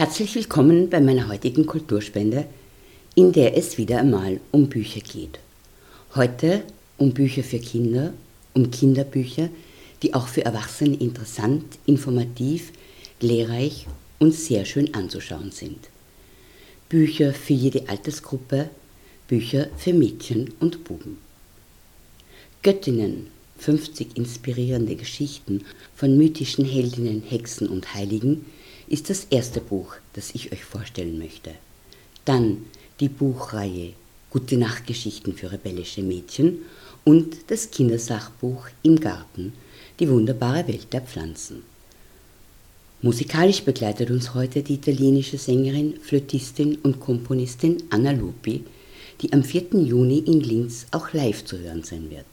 Herzlich willkommen bei meiner heutigen Kulturspende, in der es wieder einmal um Bücher geht. Heute um Bücher für Kinder, um Kinderbücher, die auch für Erwachsene interessant, informativ, lehrreich und sehr schön anzuschauen sind. Bücher für jede Altersgruppe, Bücher für Mädchen und Buben. Göttinnen, 50 inspirierende Geschichten von mythischen Heldinnen, Hexen und Heiligen, ist das erste Buch, das ich euch vorstellen möchte. Dann die Buchreihe Gute Nachtgeschichten für rebellische Mädchen und das Kindersachbuch Im Garten, die wunderbare Welt der Pflanzen. Musikalisch begleitet uns heute die italienische Sängerin, Flötistin und Komponistin Anna Lupi, die am 4. Juni in Linz auch live zu hören sein wird.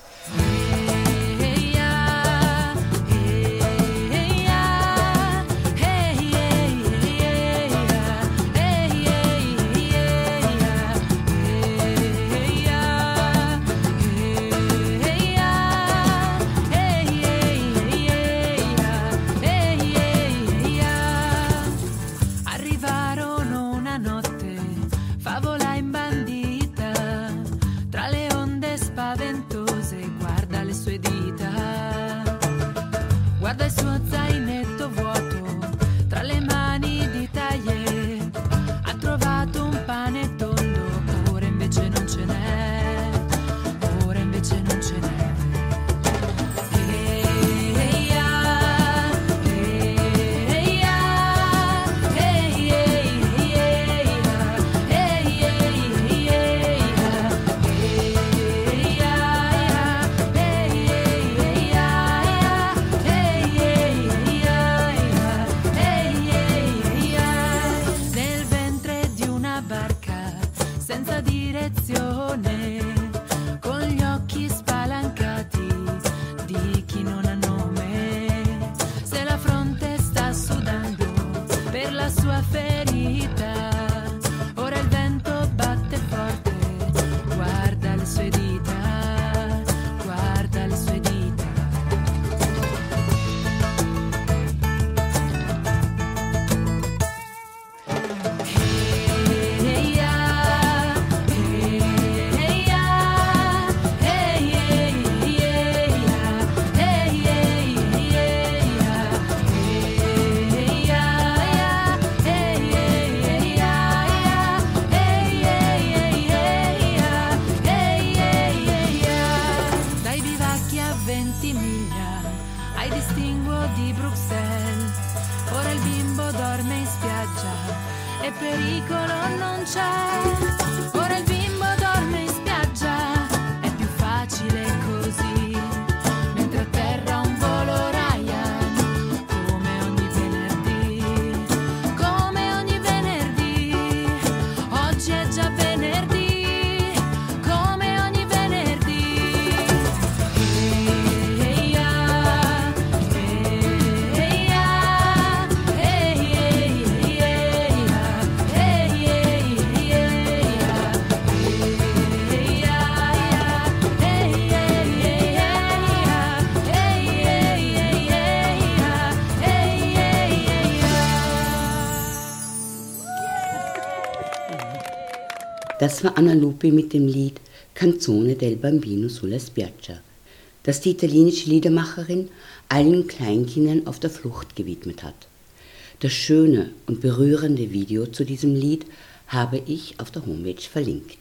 Das war Anna Lupi mit dem Lied Canzone del Bambino sulla Spiaggia, das die italienische Liedermacherin allen Kleinkindern auf der Flucht gewidmet hat. Das schöne und berührende Video zu diesem Lied habe ich auf der Homepage verlinkt.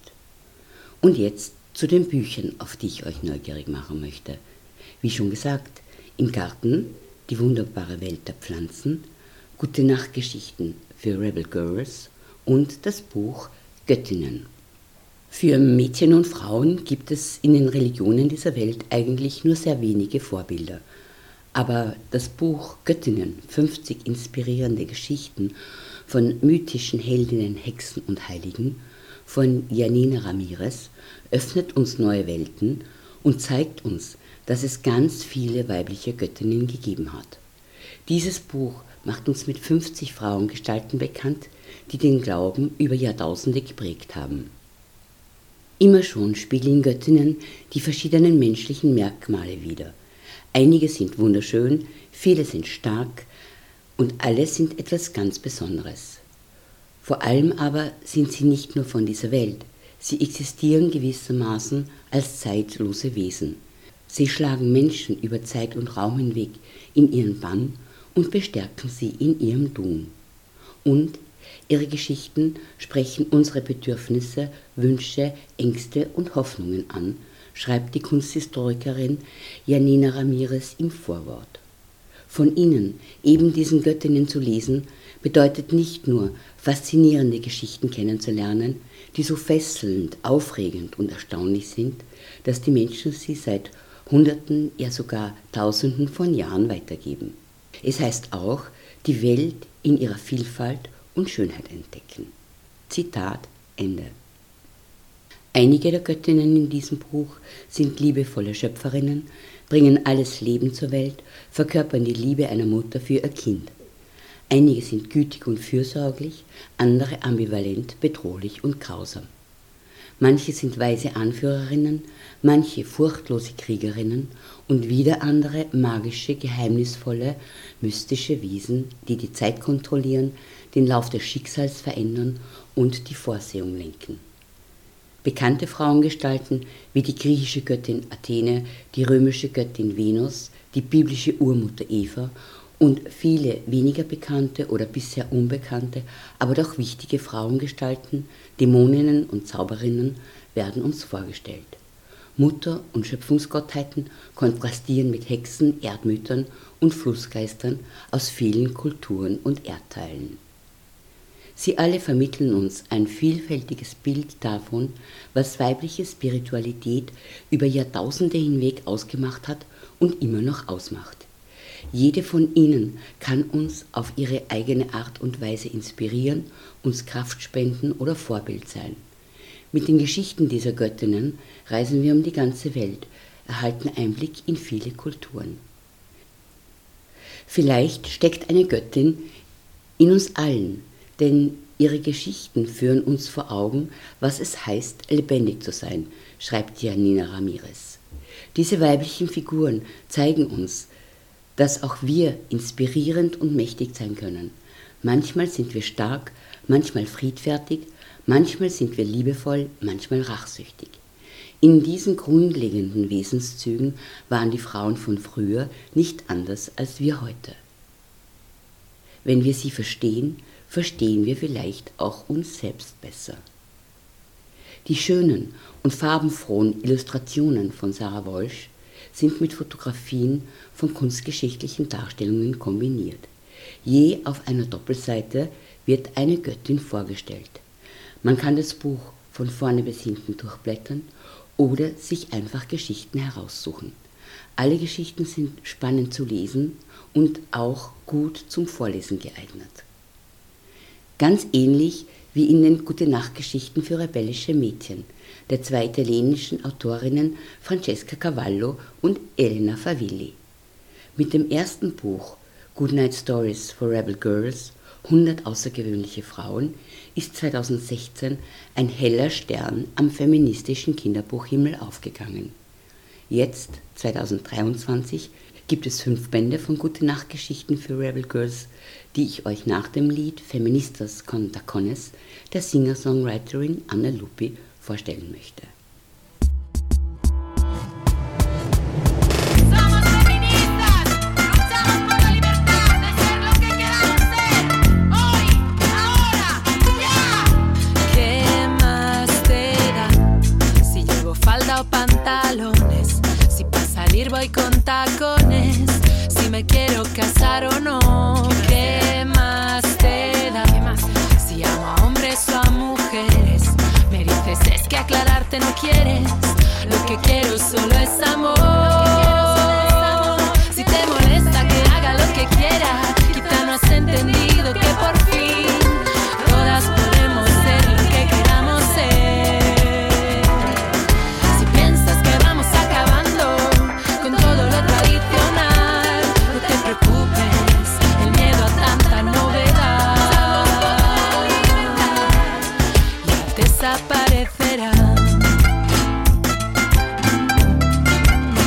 Und jetzt zu den Büchern, auf die ich euch neugierig machen möchte. Wie schon gesagt, Im Garten, die wunderbare Welt der Pflanzen, Gute Nachtgeschichten für Rebel Girls und das Buch Göttinnen. Für Mädchen und Frauen gibt es in den Religionen dieser Welt eigentlich nur sehr wenige Vorbilder. Aber das Buch Göttinnen, 50 inspirierende Geschichten von mythischen Heldinnen, Hexen und Heiligen von Janina Ramirez öffnet uns neue Welten und zeigt uns, dass es ganz viele weibliche Göttinnen gegeben hat. Dieses Buch macht uns mit 50 Frauengestalten bekannt, die den Glauben über Jahrtausende geprägt haben. Immer schon spiegeln Göttinnen die verschiedenen menschlichen Merkmale wider. Einige sind wunderschön, viele sind stark und alle sind etwas ganz Besonderes. Vor allem aber sind sie nicht nur von dieser Welt, sie existieren gewissermaßen als zeitlose Wesen. Sie schlagen Menschen über Zeit und Raum hinweg in ihren Bann und bestärken sie in ihrem Tun. Und ihre Geschichten sprechen unsere Bedürfnisse, Wünsche, Ängste und Hoffnungen an, schreibt die Kunsthistorikerin Janina Ramirez im Vorwort. Von ihnen, eben diesen Göttinnen zu lesen, bedeutet nicht nur, faszinierende Geschichten kennenzulernen, die so fesselnd, aufregend und erstaunlich sind, dass die Menschen sie seit Hunderten, ja sogar Tausenden von Jahren weitergeben. Es heißt auch, die Welt in ihrer Vielfalt und Schönheit entdecken. Zitat Ende. Einige der Göttinnen in diesem Buch sind liebevolle Schöpferinnen, bringen alles Leben zur Welt, verkörpern die Liebe einer Mutter für ihr Kind. Einige sind gütig und fürsorglich, andere ambivalent, bedrohlich und grausam. Manche sind weise Anführerinnen, manche furchtlose Kriegerinnen und wieder andere magische, geheimnisvolle, mystische Wesen, die die Zeit kontrollieren, den Lauf des Schicksals verändern und die Vorsehung lenken. Bekannte Frauengestalten wie die griechische Göttin Athene, die römische Göttin Venus, die biblische Urmutter Eva und viele weniger bekannte oder bisher unbekannte, aber doch wichtige Frauengestalten, Dämoninnen und Zauberinnen werden uns vorgestellt. Mutter- und Schöpfungsgottheiten kontrastieren mit Hexen, Erdmüttern und Flussgeistern aus vielen Kulturen und Erdteilen. Sie alle vermitteln uns ein vielfältiges Bild davon, was weibliche Spiritualität über Jahrtausende hinweg ausgemacht hat und immer noch ausmacht. Jede von ihnen kann uns auf ihre eigene Art und Weise inspirieren, uns Kraft spenden oder Vorbild sein. Mit den Geschichten dieser Göttinnen reisen wir um die ganze Welt, erhalten Einblick in viele Kulturen. Vielleicht steckt eine Göttin in uns allen, denn ihre Geschichten führen uns vor Augen, was es heißt, lebendig zu sein, schreibt Janina Ramirez. Diese weiblichen Figuren zeigen uns, dass auch wir inspirierend und mächtig sein können. Manchmal sind wir stark, manchmal friedfertig, manchmal sind wir liebevoll, manchmal rachsüchtig. In diesen grundlegenden Wesenszügen waren die Frauen von früher nicht anders als wir heute. Wenn wir sie verstehen, verstehen wir vielleicht auch uns selbst besser. Die schönen und farbenfrohen Illustrationen von Sarah Walsh sind mit Fotografien von kunstgeschichtlichen Darstellungen kombiniert. Je auf einer Doppelseite wird eine Göttin vorgestellt. Man kann das Buch von vorne bis hinten durchblättern oder sich einfach Geschichten heraussuchen. Alle Geschichten sind spannend zu lesen und auch gut zum Vorlesen geeignet. Ganz ähnlich wie in den Gute-Nacht-Geschichten für rebellische Mädchen der zwei italienischen Autorinnen Francesca Cavallo und Elena Favilli. Mit dem ersten Buch Good Night Stories for Rebel Girls, 100 außergewöhnliche Frauen, ist 2016 ein heller Stern am feministischen Kinderbuchhimmel aufgegangen. Jetzt, 2023, gibt es 5 Bände von Gute-Nacht-Geschichten für Rebel Girls, die ich euch nach dem Lied Feministas con Tacones der Singer-Songwriterin Anna Luppi vorstellen möchte. Voy con tacones, si me quiero casar o no. ¿Qué más te da? Si amo a hombres o a mujeres, me dices es que aclararte no quieres. Lo que quiero solo es amor. Si te molesta que haga lo que quiera, quizá no has entendido que por fin todas podemos ser lo que queramos ser. Si piensas que vamos acabando con todo lo tradicional, no te preocupes, el miedo a tanta novedad ya desaparecerá.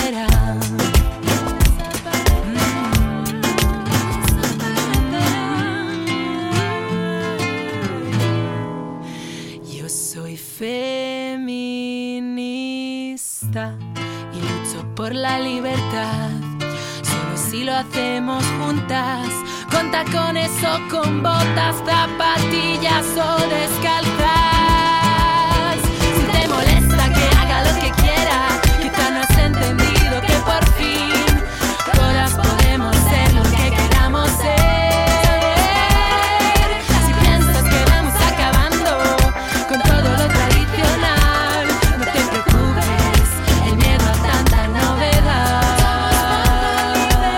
desaparecerá. Yo soy feminista y lucho por la libertad. Solo si lo hacemos juntas, con tacones o con botas, zapatillas o descalzas. Si te molesta que haga lo que quiera, quizá no has entendido que por fin todas podemos ser lo que queramos ser. Si piensas que vamos acabando con todo lo tradicional, no te preocupes, el miedo a tanta novedad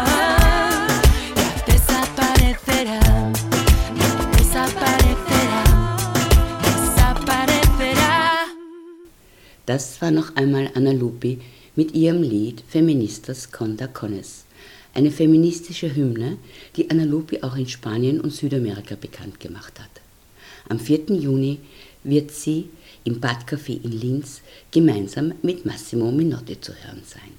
ya desaparecerá, desaparecerá, desaparecerá. Das war noch einmal Anna Lupi mit ihrem Lied Feministas con Tacones, eine feministische Hymne, die Anna Lupi auch in Spanien und Südamerika bekannt gemacht hat. Am 4. Juni wird sie im Badcafé in Linz gemeinsam mit Massimo Minotti zu hören sein.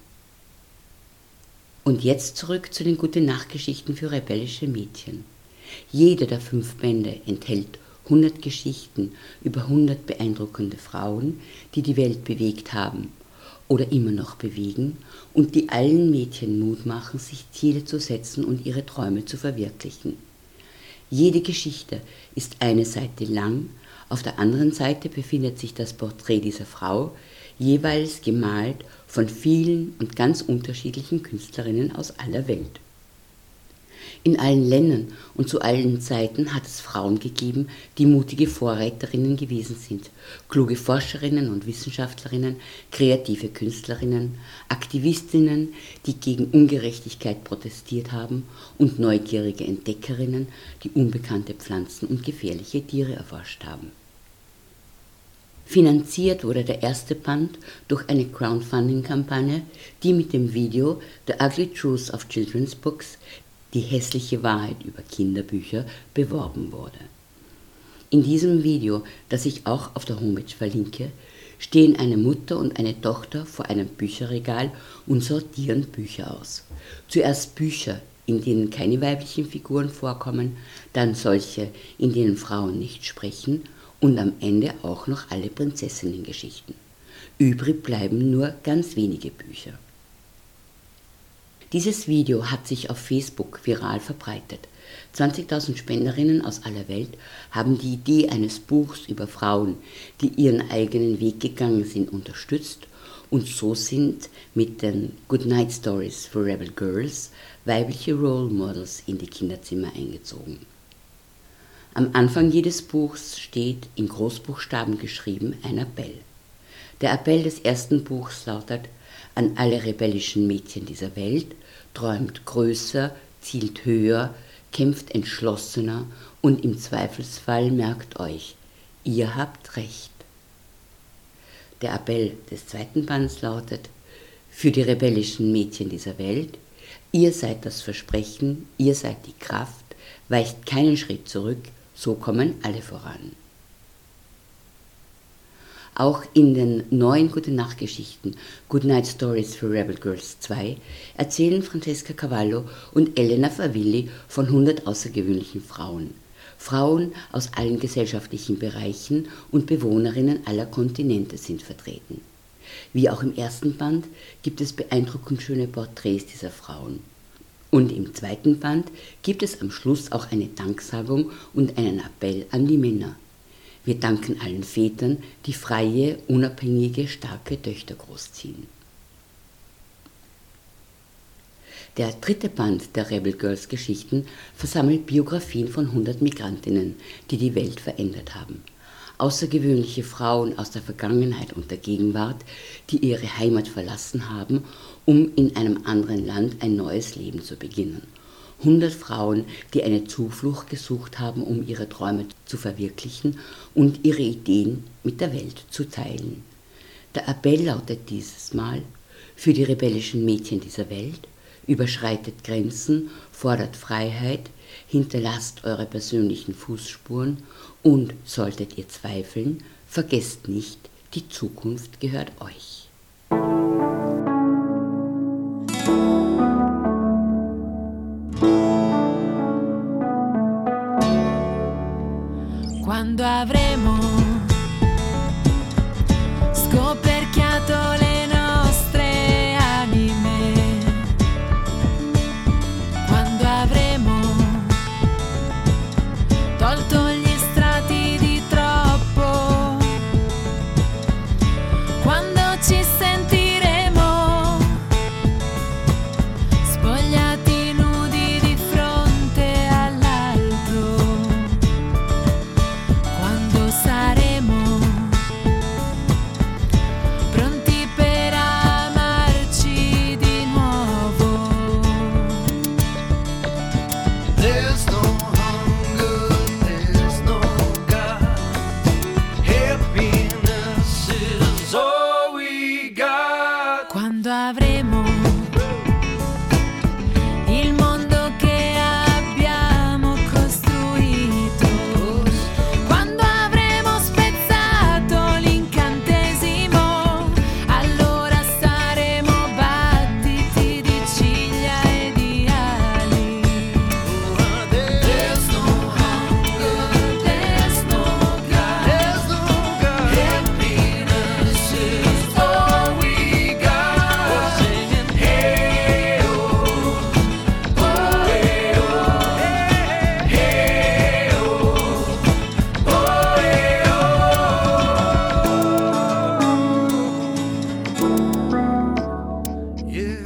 Und jetzt zurück zu den Gute-Nacht-Geschichten für rebellische Mädchen. Jede der 5 Bände enthält 100 Geschichten über 100 beeindruckende Frauen, die die Welt bewegt haben oder immer noch bewegen und die allen Mädchen Mut machen, sich Ziele zu setzen und ihre Träume zu verwirklichen. Jede Geschichte ist eine Seite lang, auf der anderen Seite befindet sich das Porträt dieser Frau, jeweils gemalt von vielen und ganz unterschiedlichen Künstlerinnen aus aller Welt. In allen Ländern und zu allen Zeiten hat es Frauen gegeben, die mutige Vorreiterinnen gewesen sind, kluge Forscherinnen und Wissenschaftlerinnen, kreative Künstlerinnen, Aktivistinnen, die gegen Ungerechtigkeit protestiert haben und neugierige Entdeckerinnen, die unbekannte Pflanzen und gefährliche Tiere erforscht haben. Finanziert wurde der erste Band durch eine Crowdfunding-Kampagne, die mit dem Video The Ugly Truth of Children's Books, die hässliche Wahrheit über Kinderbücher, beworben wurde. In diesem Video, das ich auch auf der Homepage verlinke, stehen eine Mutter und eine Tochter vor einem Bücherregal und sortieren Bücher aus. Zuerst Bücher, in denen keine weiblichen Figuren vorkommen, dann solche, in denen Frauen nicht sprechen und am Ende auch noch alle Prinzessinnengeschichten. Übrig bleiben nur ganz wenige Bücher. Dieses Video hat sich auf Facebook viral verbreitet. 20.000 Spenderinnen aus aller Welt haben die Idee eines Buchs über Frauen, die ihren eigenen Weg gegangen sind, unterstützt, und so sind mit den Goodnight Stories for Rebel Girls weibliche Role Models in die Kinderzimmer eingezogen. Am Anfang jedes Buchs steht in Großbuchstaben geschrieben ein Appell. Der Appell des ersten Buchs lautet: An alle rebellischen Mädchen dieser Welt: träumt größer, zielt höher, kämpft entschlossener und im Zweifelsfall merkt euch, ihr habt Recht. Der Appell des zweiten Bands lautet: Für die rebellischen Mädchen dieser Welt: ihr seid das Versprechen, ihr seid die Kraft, weicht keinen Schritt zurück, so kommen alle voran. Auch in den neuen Gute-Nacht-Geschichten Goodnight Stories for Rebel Girls 2 erzählen Francesca Cavallo und Elena Favilli von 100 außergewöhnlichen Frauen. Frauen aus allen gesellschaftlichen Bereichen und Bewohnerinnen aller Kontinente sind vertreten. Wie auch im ersten Band gibt es beeindruckend schöne Porträts dieser Frauen. Und im zweiten Band gibt es am Schluss auch eine Danksagung und einen Appell an die Männer. Wir danken allen Vätern, die freie, unabhängige, starke Töchter großziehen. Der dritte Band der Rebel Girls Geschichten versammelt Biografien von 100 Migrantinnen, die die Welt verändert haben. Außergewöhnliche Frauen aus der Vergangenheit und der Gegenwart, die ihre Heimat verlassen haben, um in einem anderen Land ein neues Leben zu beginnen. 100 Frauen, die eine Zuflucht gesucht haben, um ihre Träume zu verwirklichen und ihre Ideen mit der Welt zu teilen. Der Appell lautet dieses Mal: Für die rebellischen Mädchen dieser Welt: überschreitet Grenzen, fordert Freiheit, hinterlasst eure persönlichen Fußspuren und, solltet ihr zweifeln, vergesst nicht, die Zukunft gehört euch. avremo il mondo che abbiamo costruito, quando avremo spezzato l'incantesimo, allora saremo battiti di ciglia e di ali. There's no hunger, there's no God, there's no God. Happiness is all we got. We're singing hey oh, oh hey oh, hey oh, oh hey oh. Yeah.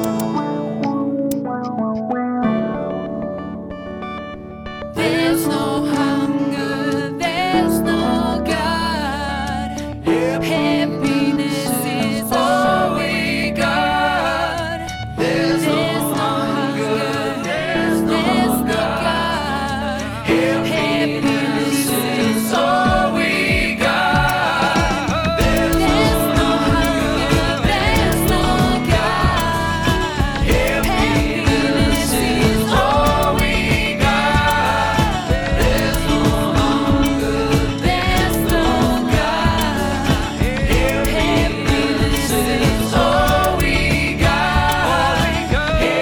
There's no hunger, there's no God. Happiness is all we got. There's no hunger, there's no God. Happiness is all we got. There's no hunger, there's no God. Happiness is all we got. There's no hunger, there's no God. Happiness is all we got.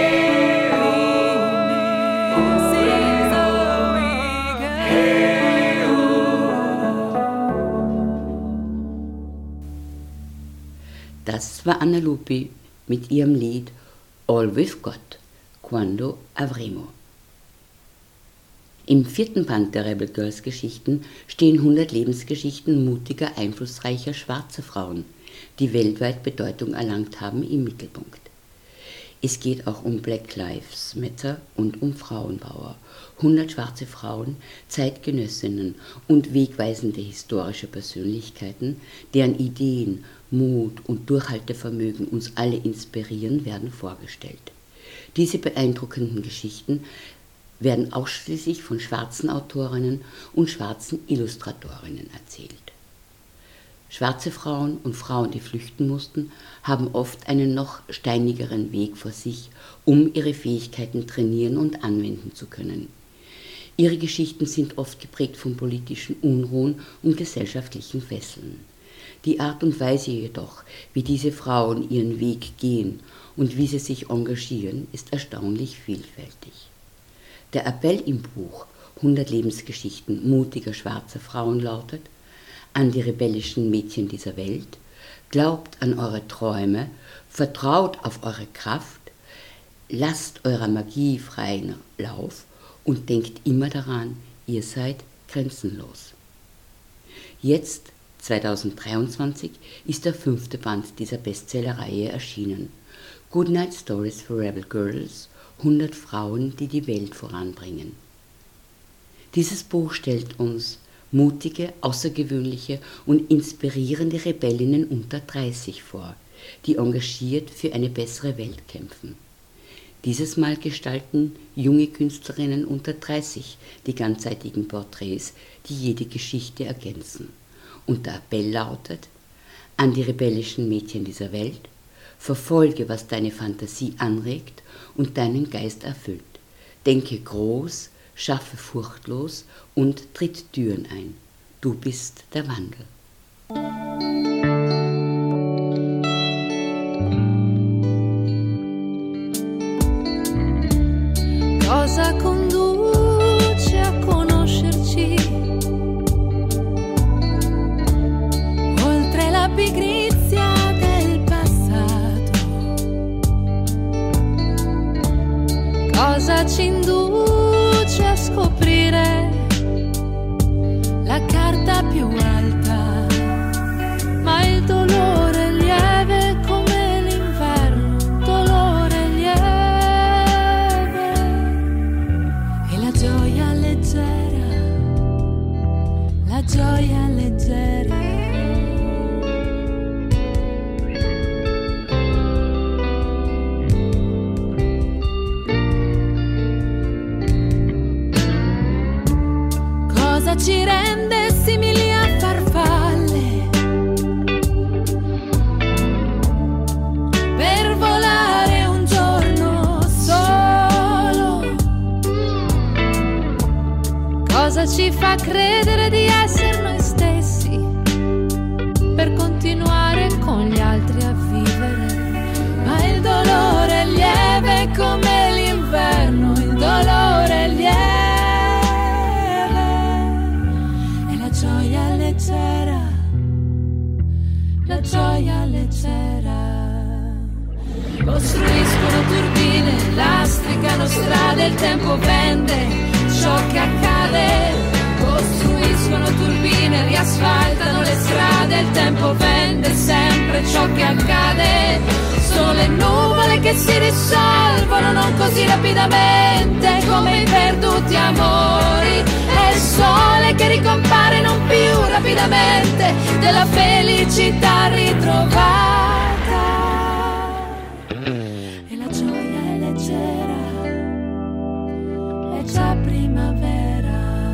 Das war Anna Lupi mit ihrem Lied All We've Got, Quando Avremo. Im 4. Band der Rebel Girls Geschichten stehen 100 Lebensgeschichten mutiger, einflussreicher schwarzer Frauen, die weltweit Bedeutung erlangt haben, im Mittelpunkt. Es geht auch um Black Lives Matter und um Frauenpower. 100 schwarze Frauen, Zeitgenössinnen und wegweisende historische Persönlichkeiten, deren Ideen, Mut und Durchhaltevermögen uns alle inspirieren, werden vorgestellt. Diese beeindruckenden Geschichten werden ausschließlich von schwarzen Autorinnen und schwarzen Illustratorinnen erzählt. Schwarze Frauen und Frauen, die flüchten mussten, haben oft einen noch steinigeren Weg vor sich, um ihre Fähigkeiten trainieren und anwenden zu können. Ihre Geschichten sind oft geprägt von politischen Unruhen und gesellschaftlichen Fesseln. Die Art und Weise jedoch, wie diese Frauen ihren Weg gehen und wie sie sich engagieren, ist erstaunlich vielfältig. Der Appell im Buch 100 Lebensgeschichten mutiger schwarzer Frauen lautet: An die rebellischen Mädchen dieser Welt, glaubt an eure Träume, vertraut auf eure Kraft, lasst eurer Magie freien Lauf und denkt immer daran, ihr seid grenzenlos. Jetzt, 2023, ist der 5. Band dieser Bestsellerreihe erschienen. Goodnight Stories for Rebel Girls, 100 Frauen, die die Welt voranbringen. Dieses Buch stellt uns mutige, außergewöhnliche und inspirierende Rebellinnen unter 30 vor, die engagiert für eine bessere Welt kämpfen. Dieses Mal gestalten junge Künstlerinnen unter 30 die ganzseitigen Porträts, die jede Geschichte ergänzen. Und der Appell lautet: An die rebellischen Mädchen dieser Welt, verfolge, was deine Fantasie anregt und deinen Geist erfüllt. Denke groß, schaffe furchtlos und tritt Türen ein. Du bist der Wandel. Cosa conduce a conoscerci? Oltre la pigrizia del passato, cosa ci induce a scoprire la carta più alta, ma il dolore è lieve come l'inverno, dolore lieve, e la gioia leggera, la gioia leggera. Cosa ci rende simili a farfalle? Per Cosa ci fa credere di essere noi stessi per continuare con gli altri a vivere? Ma il dolore è lieve come l'inverno, il dolore è lieve e la gioia leggera, la gioia leggera. Costruiscono turbine, lastricano strade, il tempo vende ciò che accade. Costruiscono turbine, riasfaltano le strade, il tempo vende sempre ciò che accade. Sono le nuvole che si dissolvono non così rapidamente come i perduti amori. È il sole che ricompare non più rapidamente della felicità ritrovata. E la gioia è leggera, è già primavera.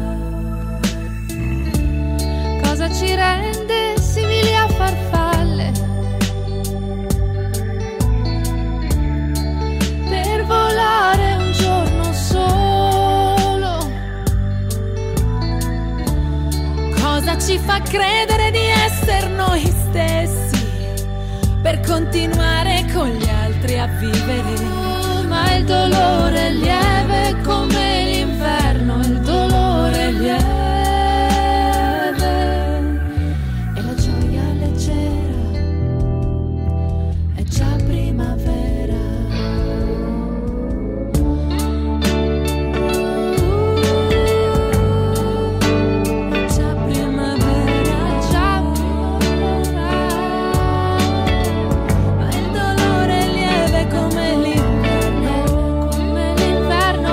Cosa ci rende simili a farfalle? Per volare un giorno solo. Cosa ci fa credere di essere noi stessi per continuare con gli altri a vivere? Ma il dolore è lieve come l'inverno, il dolore è lieve e la gioia leggera è già primavera. È già primavera, è già primavera. Ma il dolore è lieve come l'inverno, come l'inverno.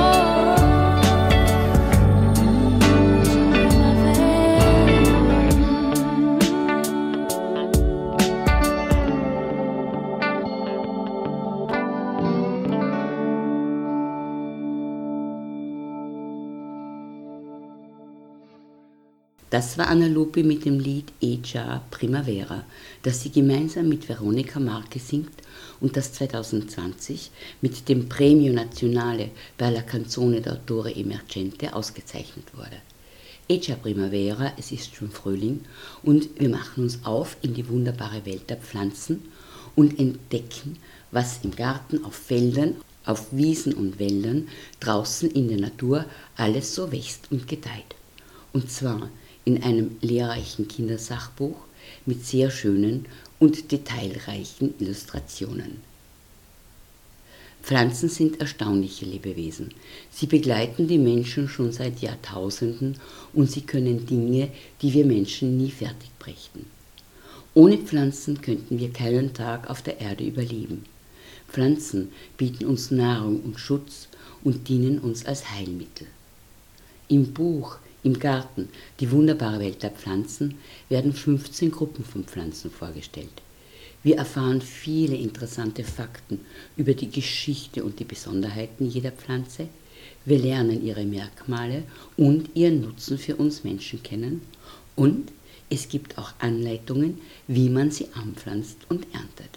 Das war Anna Lupi mit dem Lied E già Primavera, das sie gemeinsam mit Veronica Marche singt und das 2020 mit dem Premio Nazionale per la Canzone d'autore emergente ausgezeichnet wurde. E già Primavera, es ist schon Frühling und wir machen uns auf in die wunderbare Welt der Pflanzen und entdecken, was im Garten, auf Feldern, auf Wiesen und Wäldern, draußen in der Natur alles so wächst und gedeiht. Und zwar in einem lehrreichen Kindersachbuch mit sehr schönen und detailreichen Illustrationen. Pflanzen sind erstaunliche Lebewesen. Sie begleiten die Menschen schon seit Jahrtausenden und sie können Dinge, die wir Menschen nie fertig brächten. Ohne Pflanzen könnten wir keinen Tag auf der Erde überleben. Pflanzen bieten uns Nahrung und Schutz und dienen uns als Heilmittel. Im Buch Im Garten, die wunderbare Welt der Pflanzen, werden 15 Gruppen von Pflanzen vorgestellt. Wir erfahren viele interessante Fakten über die Geschichte und die Besonderheiten jeder Pflanze. Wir lernen ihre Merkmale und ihren Nutzen für uns Menschen kennen. Und es gibt auch Anleitungen, wie man sie anpflanzt und erntet.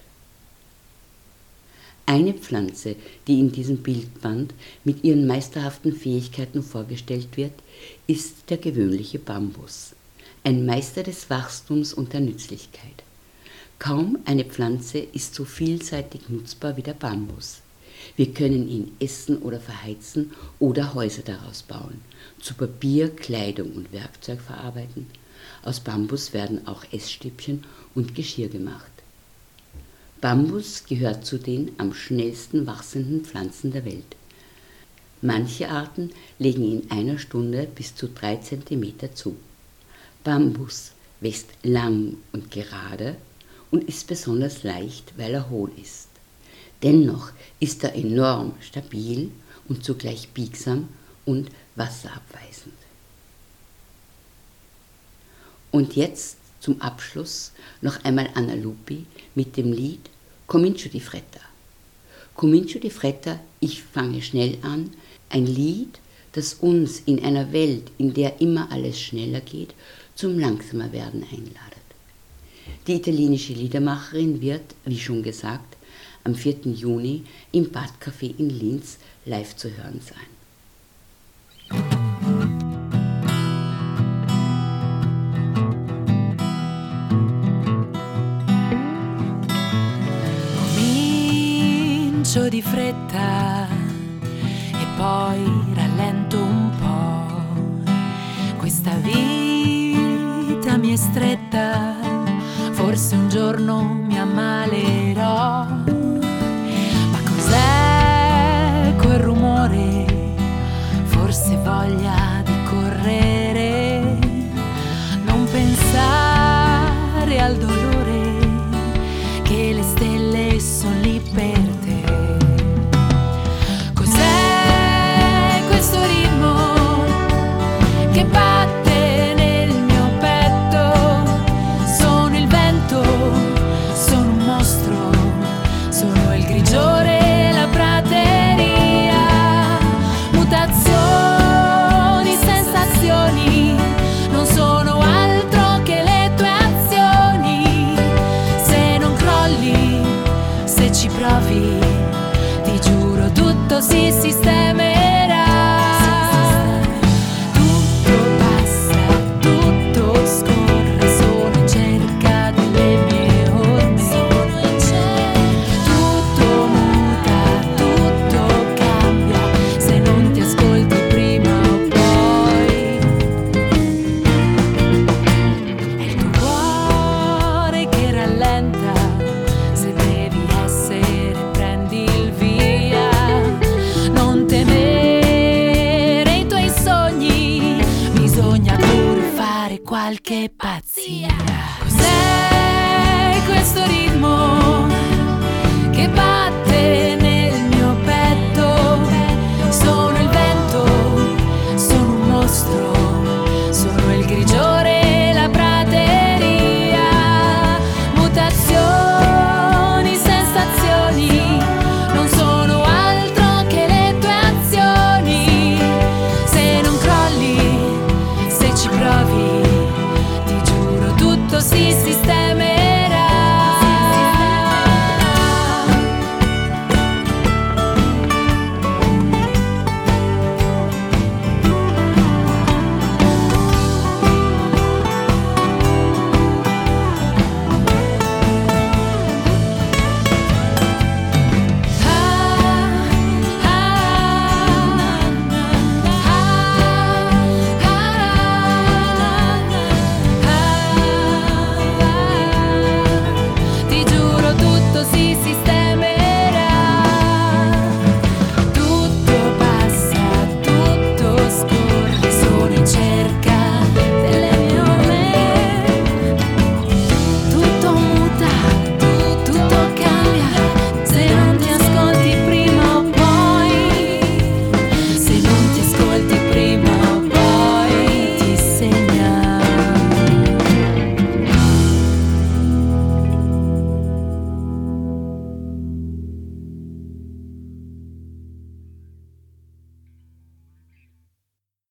Eine Pflanze, die in diesem Bildband mit ihren meisterhaften Fähigkeiten vorgestellt wird, ist der gewöhnliche Bambus, ein Meister des Wachstums und der Nützlichkeit. Kaum eine Pflanze ist so vielseitig nutzbar wie der Bambus. Wir können ihn essen oder verheizen oder Häuser daraus bauen, zu Papier, Kleidung und Werkzeug verarbeiten. Aus Bambus werden auch Essstäbchen und Geschirr gemacht. Bambus gehört zu den am schnellsten wachsenden Pflanzen der Welt. Manche Arten legen in einer Stunde bis zu 3 cm zu. Bambus wächst lang und gerade und ist besonders leicht, weil er hohl ist. Dennoch ist er enorm stabil und zugleich biegsam und wasserabweisend. Und jetzt zum Abschluss noch einmal Anna Lupi mit dem Lied Comincio di fretta. Comincio di fretta, ich fange schnell an, ein Lied, das uns in einer Welt, in der immer alles schneller geht, zum Langsamerwerden einladet. Die italienische Liedermacherin wird, wie schon gesagt, am 4. Juni im Badcafé in Linz live zu hören sein. faccio di fretta e poi rallento un po'. Questa vita mi è stretta, forse un giorno mi ammalerò. Ma cos'è quel rumore? Forse voglia di correre, non pensare al dolore, che le stelle sono lì per te. Cos'è questo ritmo che batte nel mio petto? Sono il vento, sono un mostro, sono il grigiore, la prateria. Mutazioni, sensazioni, non sono altro che le tue azioni. Se non crolli, se ci provi, ti giuro tutto si sistemerà. Tutto passa, tutto scorre, sono in cerca delle mie orme. Tutto muta, tutto cambia, se non ti ascolti prima o poi. È il tuo cuore che rallenta, se devi essere prendi il via. Non temere i tuoi sogni, bisogna pur fare qualche pazzia. Cos'è